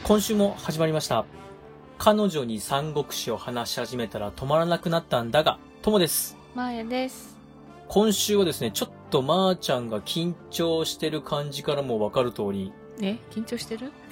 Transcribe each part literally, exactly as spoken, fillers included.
今週も始まりました。彼女に三国志を話し始めたら止まらなくなったんだが、ともです。 まーやです。 今週はですね、ちょっとまーちゃんが緊張してる感じからもわかる通り。 え、緊張してる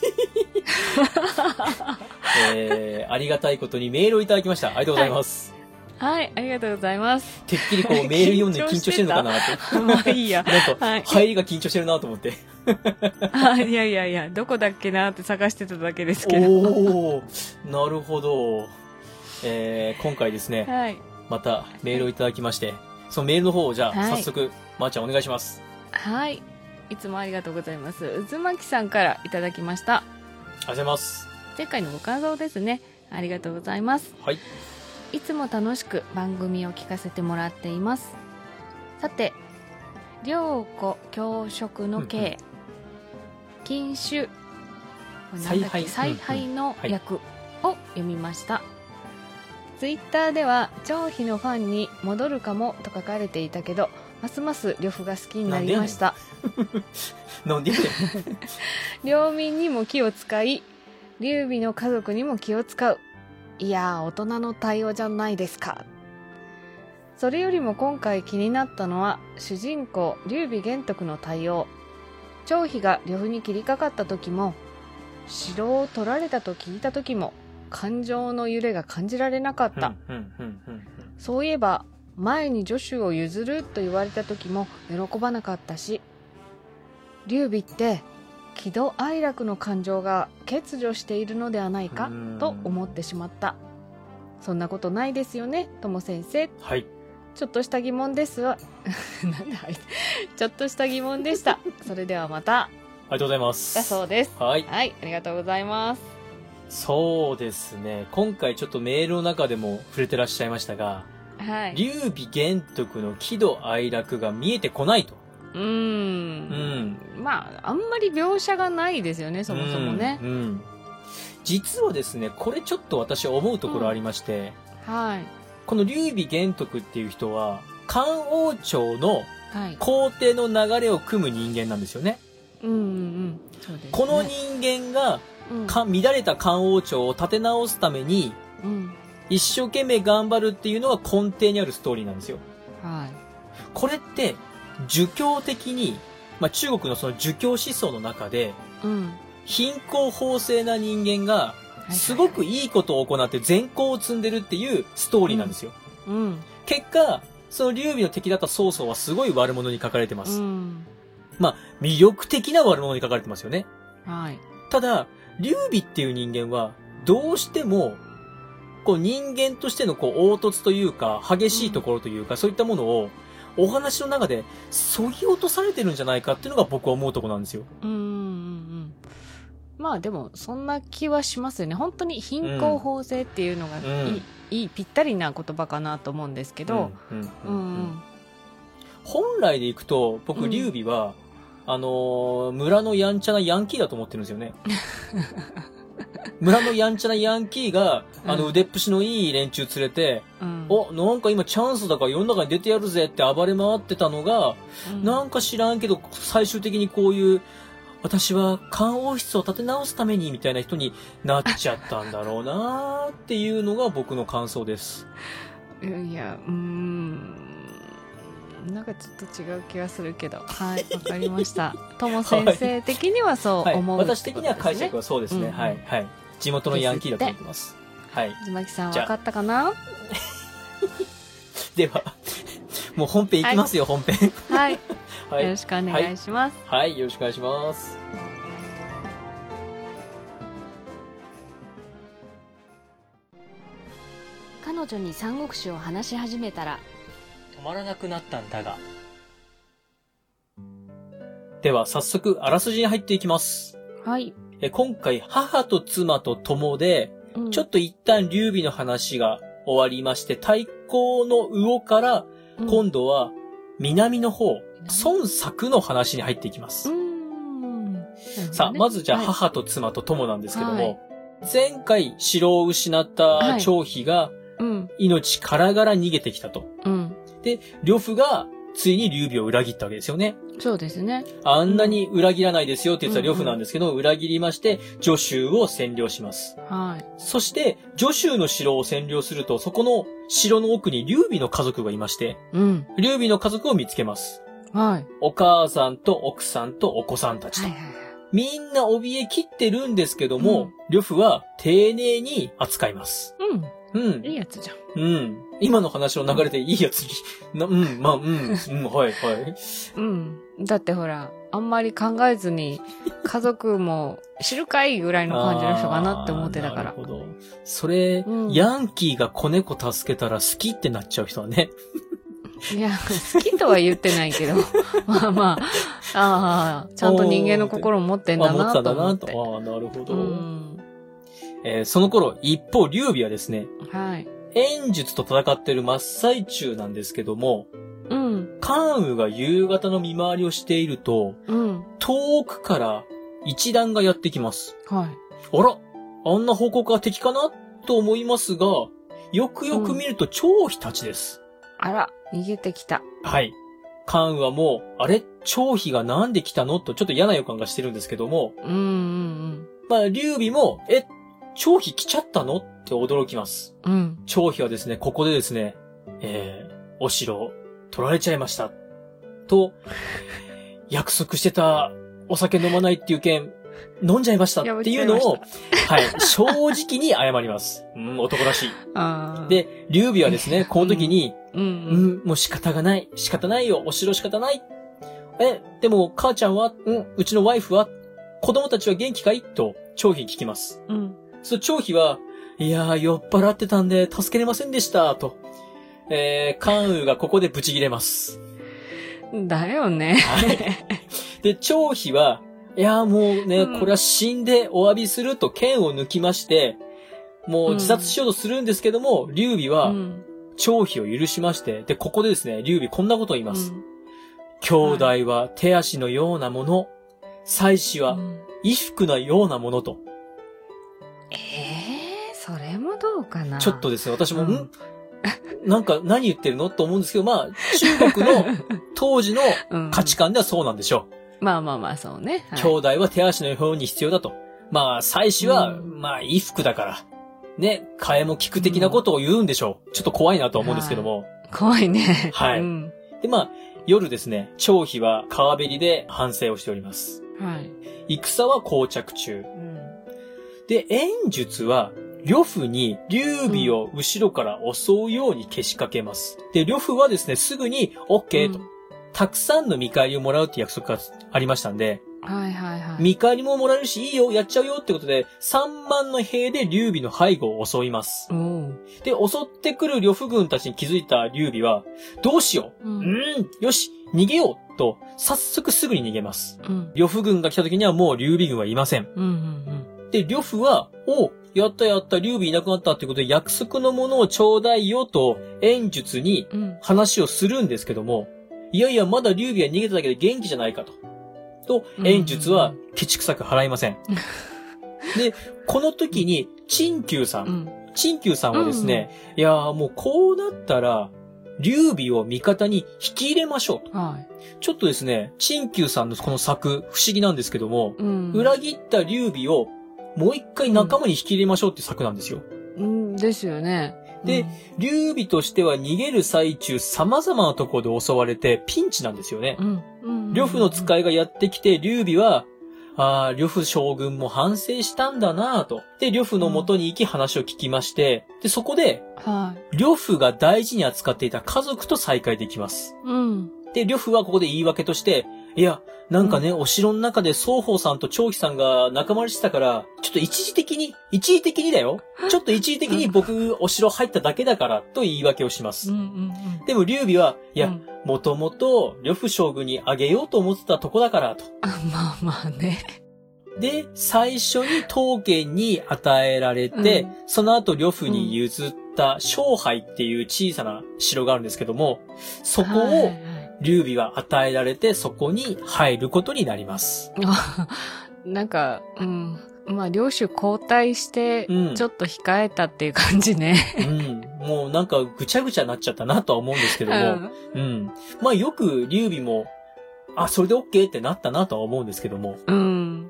えー、ありがたいことにメールをいただきました。ありがとうございます。 はい、はい、ありがとうございます。 てっきりこうメール読んで緊張してるのかなと。 まあいいや。 なんか、はい、入りが緊張してるなと思って。 あ、いやいやいや、どこだっけなって探してただけですけど。 おー、なるほど。えー、今回ですね、はい、またメールをいただきまして、そのメールの方をじゃあ、はい、早速、まーちゃんお願いします。 はい。いつもありがとうございます。渦巻さんからいただきました。 ありがとうございます。 前回のご感想ですね。ありがとうございます。 はい。 いつも楽しく番組を聞かせてもらっています。さて、良子教職の刑、禁酒、 采配、 采配の役を読みました。ツイッターでは張飛のファンに戻るかもと書かれていたけど、ますます呂布が好きになりました。 なんでやねん。 領民にも気を使い、劉備の家族にも気を使う。いやー、大人の対応じゃないですか。それよりも今回気になったのは主人公劉備玄徳の対応。張飛が呂布に切りかかった時も、城を取られたと聞いた時も感情の揺れが感じられなかった。そういえば前に助手を譲ると言われた時も喜ばなかったし、劉備って喜怒哀楽の感情が欠如しているのではないかと思ってしまった。そんなことないですよね、とも先生。 はい。 ちょっとした疑問ですわ。なんではい。ちょっとした疑問でした。それではまた。 ありがとうございます。 だそうです。 はい。 はい、ありがとうございます。 そうですね。今回ちょっとメールの中でも触れてらっしゃいましたが、 はい。 劉備玄徳の喜怒哀楽が見えてこないと。 うーん。うん。まあ、あんまり描写がないですよね、そもそもね。 うん。うん、実はですね、これちょっと私思うところありまして、 うん、はい。 この劉備玄徳っていう人は、漢王朝の皇帝の流れを組む人間なんですよね。 うんうんうん。そうですね。 この人間が、うん、か乱れた漢王朝を立て直すために、うん、一生懸命頑張るっていうのが根底にあるストーリーなんですよ。 はい。 これって、儒教的に、まあ、中国のその儒教思想の中で、うん、貧困法制な人間が、すごくいいことを行って善行を積んでるっていうストーリーなんですよ。うんうん、結果、その劉備の敵だった曹操はすごい悪者に書かれてます。うん、まあ、魅力的な悪者に書かれてますよね。 はい。 ただ、劉備っていう人間は、どうしても、こう人間としてのこう凹凸というか、激しいところというか、うん、そういったものを、お話の中で、削ぎ落とされてるんじゃないかっていうのが僕は思うところなんですよ。 うんうんうん。まあでも、そんな気はしますよね。本当に貧困法制っていうのがいい、うん、いい、ぴったりな言葉かなと思うんですけど、 本来でいくと、僕、劉備は、うん、あのー、村のやんちゃなヤンキーだと思ってるんですよね。村のやんちゃなヤンキーが、あの腕っぷしのいい連中連れて、うん、お、なんか今チャンスだから世の中に出てやるぜって暴れ回ってたのが、うん、なんか知らんけど、最終的にこういう、私は漢王室を立て直すためにみたいな人になっちゃったんだろうなーっていうのが僕の感想です。 いや、うーん。なんかちょっと違う気がするけど。はい、わかりました。とも先生的にはそう思う、 はいはい、私的には解釈はそうですね。うん、はい、はい。地元のヤンキーだと思ってます。はい。 渦巻さん分かったかなでは、もう本編いきますよ、はい、本編。 はい。はい、よろしくお願いします、 はい。はい、よろしくお願いします。 彼女に三国志を話し始めたら、 止まらなくなったんだが。では、早速、あらすじに入っていきます。 はい。 え今回、母と妻と友で、うん、ちょっと一旦劉備の話が終わりまして、対抗の魚から、今度は南の方、うん、孫作の話に入っていきます。うーん、ね、さあ、まずじゃあ、母と妻と友なんですけども、はい、前回城を失った張飛が、命からがら逃げてきたと。うん、で、呂布がついに劉備を裏切ったわけですよね。 そうですね。 あんなに裏切らないですよって言ってた呂布なんですけど、うんうん、裏切りまして、徐州を占領します。 はい。 そして、徐州の城を占領すると、そこの城の奥に劉備の家族がいまして、 うん。 劉備の家族を見つけます。 はい。 お母さんと奥さんとお子さんたちと。はいはいはい、みんな怯え切ってるんですけども、うん、呂布は丁寧に扱います。 うん。 うん。 いいやつじゃん。 うん。今の話の流れでいいやつに、な、うん、まあ、うん、うん、はい、はい。 うん。だってほら、あんまり考えずに、家族も知るかいぐらいの感じの人かなって思ってたから。 なるほど。それ、うん、ヤンキーが子猫助けたら好きってなっちゃう人はね。 いや、好きとは言ってないけど。まあまあ、ああ、ちゃんと人間の心を持ってんだなと思って。 思ったんだなと。ああ、なるほど。 うんえー、その頃、一方、劉備はですね、 はい。 演術と戦ってる真っ最中なんですけども、 うん。 関羽が夕方の見回りをしていると、 うん。 遠くから一団がやってきます。 はい。 あら、あんな報告は敵かなと思いますが、よくよく見ると張飛たちです。 うん、あら、逃げてきた。 はい。関羽はもう、あれ張飛がなんで来たのとちょっと嫌な予感がしてるんですけども、 うんうんうん。 まあ、劉備も、え、張飛来ちゃったのって驚きます。 うん。 張飛はですね、ここでですね、えー、お城、取られちゃいました。と、約束してたお酒飲まないっていう件、飲んじゃいましたっていうのを、はい、正直に謝ります。うん、男らしい。 あで、劉備はですね、この時に、 うん、うん、 うん、もう仕方がない、仕方ないよ、お城仕方ない。え、でも母ちゃんは、うん、うちのワイフは、子供たちは元気かいと、張飛に聞きます。 うん。 そう、張飛は、いやー、酔っ払ってたんで、助けれませんでした、と。えー、関羽がここでブチ切れます。 だよね。 はい。で、張飛は、いやーもうね、うん、これは死んでお詫びすると剣を抜きまして、もう自殺しようとするんですけども、うん、劉備は、張飛を許しまして、で、ここでですね、劉備こんなことを言います。うん、兄弟は手足のようなもの、妻子は衣服のようなものと。 ええー、それもどうかな。 ちょっとですね、私も、うん、んなんか何言ってるのと思うんですけど、まあ、中国の当時の価値観ではそうなんでしょう。 うん、まあまあまあ、そうね。 はい、兄弟は手足のように必要だと。まあ、妻子は、うん、まあ、衣服だから。ね、替えも利く的なことを言うんでしょう。うん、ちょっと怖いなと思うんですけども。 怖いね。 はい。 うん、 で、まあ、夜ですね、張飛は川べりで反省をしております。 はい。 戦は膠着中。 うん、 で、演術は、呂布に劉備を後ろから襲うようにけしかけます。で、呂布はですね、すぐに OK と、うん、たくさんの見返りをもらうって約束がありましたんで、 はいはいはい。 見返りももらえるし、いいよ、やっちゃうよってことで、さんまんの兵で劉備の背後を襲います。 うん、 で、襲ってくる呂布軍たちに気づいた劉備は、どうしよう、 うん、 うーん、よし、逃げようと、早速すぐに逃げます。 うん、 呂布軍が来た時にはもう劉備軍はいません。 うんうんうん、 で、呂布は、おやったやった、劉備いなくなったってことで約束のものをちょうだいよと、演術に話をするんですけども、うん、いやいや、まだ劉備は逃げただけで元気じゃないかと。と、演術はケチくさく払いません。で、この時に、陳旧さん。うん、陳旧さんはですね、うん、いやーもうこうなったら、劉備を味方に引き入れましょうと。 はい、 ちょっとですね、陳旧さんのこの作、不思議なんですけども、 うん、 裏切った劉備をもう一回仲間に引き入れましょうっていう作なんですよ。 うん、ですよね。 で、うん、劉備としては逃げる最中様々なところで襲われてピンチなんですよね。 うんうん、 呂布の使いがやってきて、劉備は、ああ、呂布将軍も反省したんだなぁと。で、呂布の元に行き話を聞きまして、で、そこで、 はい、 呂布が大事に扱っていた家族と再会できます。 うん、 で、呂布はここで言い訳として、いや、なんかね、うん、お城の中で双方さんと張飛さんが仲間にしてたから、ちょっと一時的に、一時的にだよ。ちょっと一時的に僕、お城入っただけだから、と言い訳をします。 うんうんうん、 でも、劉備は、いや、もともと、呂布将軍にあげようと思ってたとこだから、と。 あ、まあまあね。 で、最初に刀剣に与えられて、うん、その後呂布に譲った勝敗っていう小さな城があるんですけども、そこを、劉備は与えられて、そこに入ることになります。 なんか、うん。まあ、領主交代して、ちょっと控えたっていう感じね。 うん。もうなんかぐちゃぐちゃになっちゃったなとは思うんですけども。うん。うん、まあよく劉備も、 あ、それで OK ってなったなとは思うんですけども。 うん。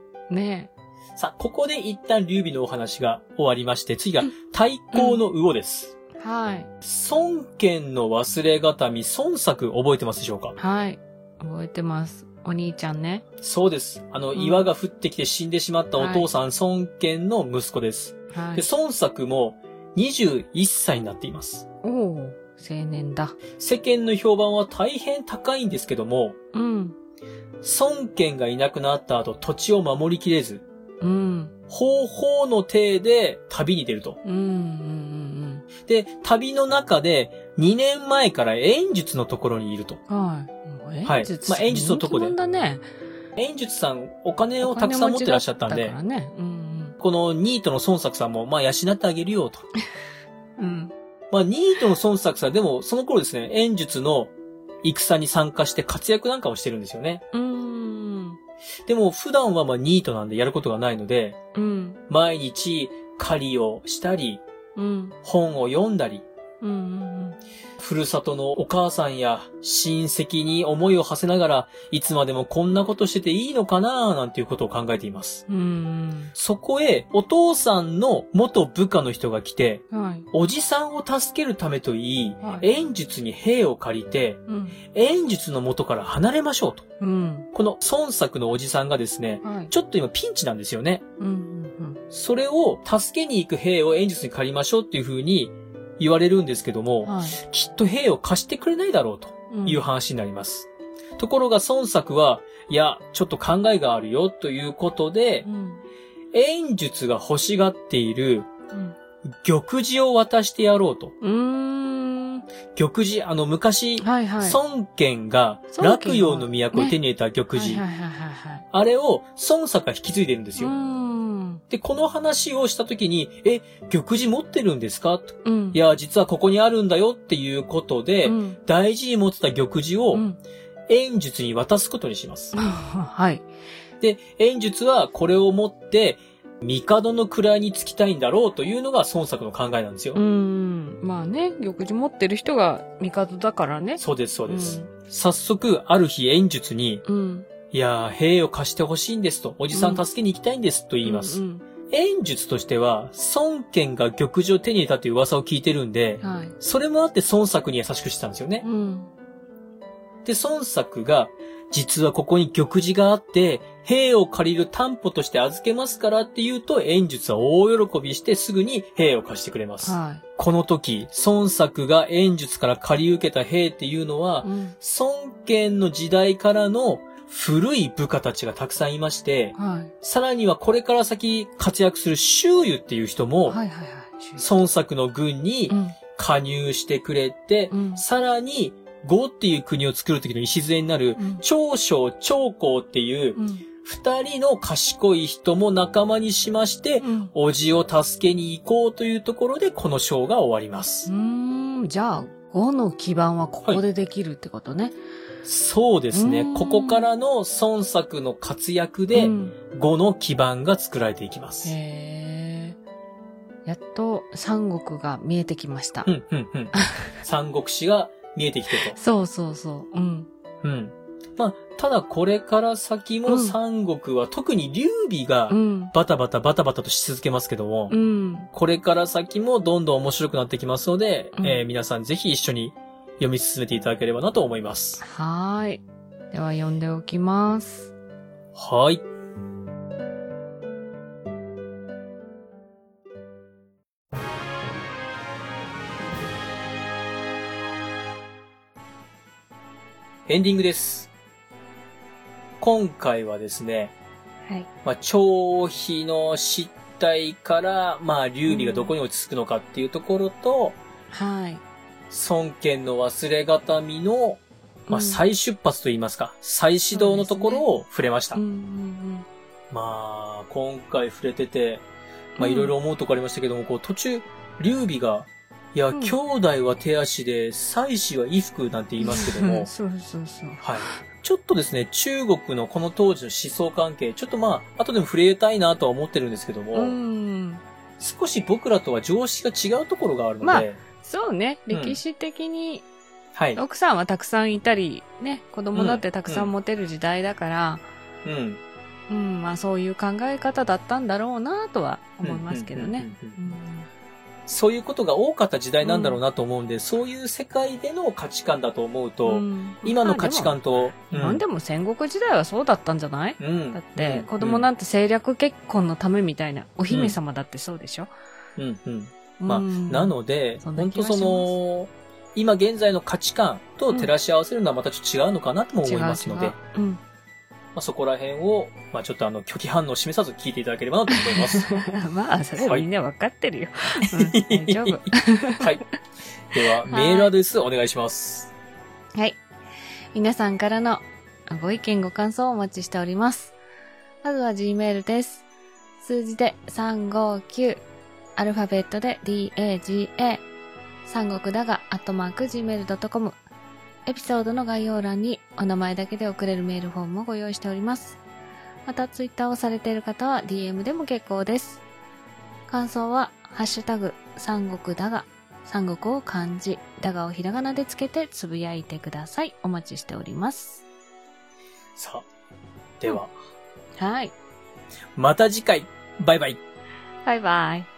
ねさあ、ここで一旦劉備のお話が終わりまして、次が対抗の魚です。 うん、はい。 孫権の忘れがたみ、孫作覚えてますでしょうか？ はい。覚えてます。お兄ちゃんね。 そうです。あの、うん、岩が降ってきて死んでしまったお父さん、はい、孫権の息子です。はい。で、孫作もにじゅういっさいになっています。 おお、青年だ。 世間の評判は大変高いんですけども、 うん。 孫権がいなくなった後、土地を守りきれず、 うん。 方法の体で旅に出ると。 うんうんうん、 で、旅の中でにねんまえから演術のところにいると。 はい。 はい。まあ、演術のところで。 だね。 演術さん、お金をたくさん持ってらっしゃったんで、 ねうんうん、 このニートの孫作さんも、まあ、養ってあげるよと。 うん。 まあ、ニートの孫作さん、でも、その頃ですね、演術の戦に参加して活躍なんかをしてるんですよね。 うーん。 でも、普段はまあ、ニートなんでやることがないので、 うん。 毎日、狩りをしたり、 うん。 本を読んだり、 うんうんうんふるさとのお母さんや親戚に思いを馳せながら、いつまでもこんなことしてていいのかななんていうことを考えています。 うん。 そこへ、お父さんの元部下の人が来て、 はい、 おじさんを助けるためと言い、はい、演術に兵を借りて、 うん、 演術の元から離れましょうと。 うん、 この孫作のおじさんがですね、はい、ちょっと今ピンチなんですよね。 うんうんうん、 それを助けに行く兵を演術に借りましょうっていう風に、言われるんですけども、はい、きっと兵を貸してくれないだろうという話になります。うん、ところが孫作は、いや、ちょっと考えがあるよということで、うん、演術が欲しがっている玉璽を渡してやろうと。 うーん玉璽、あの昔、 はいはい、 孫権が洛陽の都を手に入れた玉璽、あれを孫作が引き継いでるんですよ。で、この話をしたときに、え、玉璽持ってるんですかと、うん、いや、実はここにあるんだよっていうことで、うん、大事に持ってた玉璽を、演術に渡すことにします。 うん、はい。 で、演術はこれを持って、帝の位につきたいんだろうというのが孫作の考えなんですよ。 うん。まあね、玉璽持ってる人が帝だからね。 そうです、そうです。うん、早速、ある日演術に、うんいやー、兵を貸してほしいんですと、おじさん助けに行きたいんですと言います。うんうん、演術としては、孫権が玉璽を手に入れたという噂を聞いてるんで、はい、それもあって孫作に優しくしてたんですよね。うん、で、孫作が、実はここに玉璽があって、兵を借りる担保として預けますからって言うと、演術は大喜びしてすぐに兵を貸してくれます。はい、この時、孫作が演術から借り受けた兵っていうのは、うん、孫権の時代からの古い部下たちがたくさんいまして、はい、さらにはこれから先活躍する周瑜っていう人も、はいはいはい、孫作の軍に加入してくれて、うん、さらに呉っていう国を作る時の礎になる、うん、長将長江っていう、二、うん、人の賢い人も仲間にしまして、うん、叔父を助けに行こうというところでこの章が終わります。 うーん、じゃあ、呉の基盤はここでできるってことね。はいそうですね。ここからの孫作の活躍で、呉の基盤が作られていきます。 へー。やっと三国が見えてきました。 うん、うん、うん。三国志が見えてきてと。 そうそうそう。うん。 うん。まあ、ただこれから先も三国は、うん、特に劉備がバタバタバタバタとし続けますけども、うん、これから先もどんどん面白くなってきますので、うんえー、皆さんぜひ一緒に読み進めていただければなと思います。 はーい。では読んでおきます。 はい。エンディングです。今回はですね、 はい。 まあ、張飛の失態から、まあ、劉備がどこに落ち着くのかっていうところと、 うん、はい。 孫権の忘れがたみの、まあ、再出発といいますか、うん、再始動のところを触れました。 うんうんうん、 まあ、今回触れてて、まあ、いろいろ思うとこありましたけども、うん、こう、途中、劉備が、いや、うん、兄弟は手足で、妻子は衣服なんて言いますけども、 そうそうそう。 はい。ちょっとですね、中国のこの当時の思想関係、ちょっとまあ、後でも触れたいなとは思ってるんですけども、 うん、 少し僕らとは常識が違うところがあるので、 まあそうね、歴史的にはい。 奥さんはたくさんいたり、ね、子供だってたくさん持てる時代だから、 うん。 うん、まあそういう考え方だったんだろうなとは思いますけどね。 うんうんうんうんそういうことが多かった時代なんだろうなと思うんで、うん、そういう世界での価値観だと思うと、うん、今の価値観と、 まあ、でも、うん、でも戦国時代はそうだったんじゃない、うん、だって、 うん、 子供なんて政略結婚のためみたいな、お姫様だってそうでしょ、 うんうんうんまあ、なので、本当その、今現在の価値観と照らし合わせるのはまたちょっと違うのかなとも思いますので、 違う違ううんまあ、そこら辺を、まあ、ちょっとあの、拒否反応を示さず聞いていただければなと思います。 まあ、それはみんなわかってるよ。はい、うん、大丈夫。 はい。では、メールアドレスお願いします。 はい。皆さんからのご意見ご感想をお待ちしております。まずは Gmail です。数字でさんごきゅう、アルファベットで ダガ、三国だが、アットマーク、ジーメールドットコム。エピソードの概要欄にお名前だけで送れるメールフォームをご用意しております。またツイッターをされている方は ディーエム でも結構です。感想はハッシュタグ三国だが、三国を漢字、だがをひらがなでつけてつぶやいてください。お待ちしております。 さあ、では、 うん、はい。 また次回、バイバイ。 バイバイ。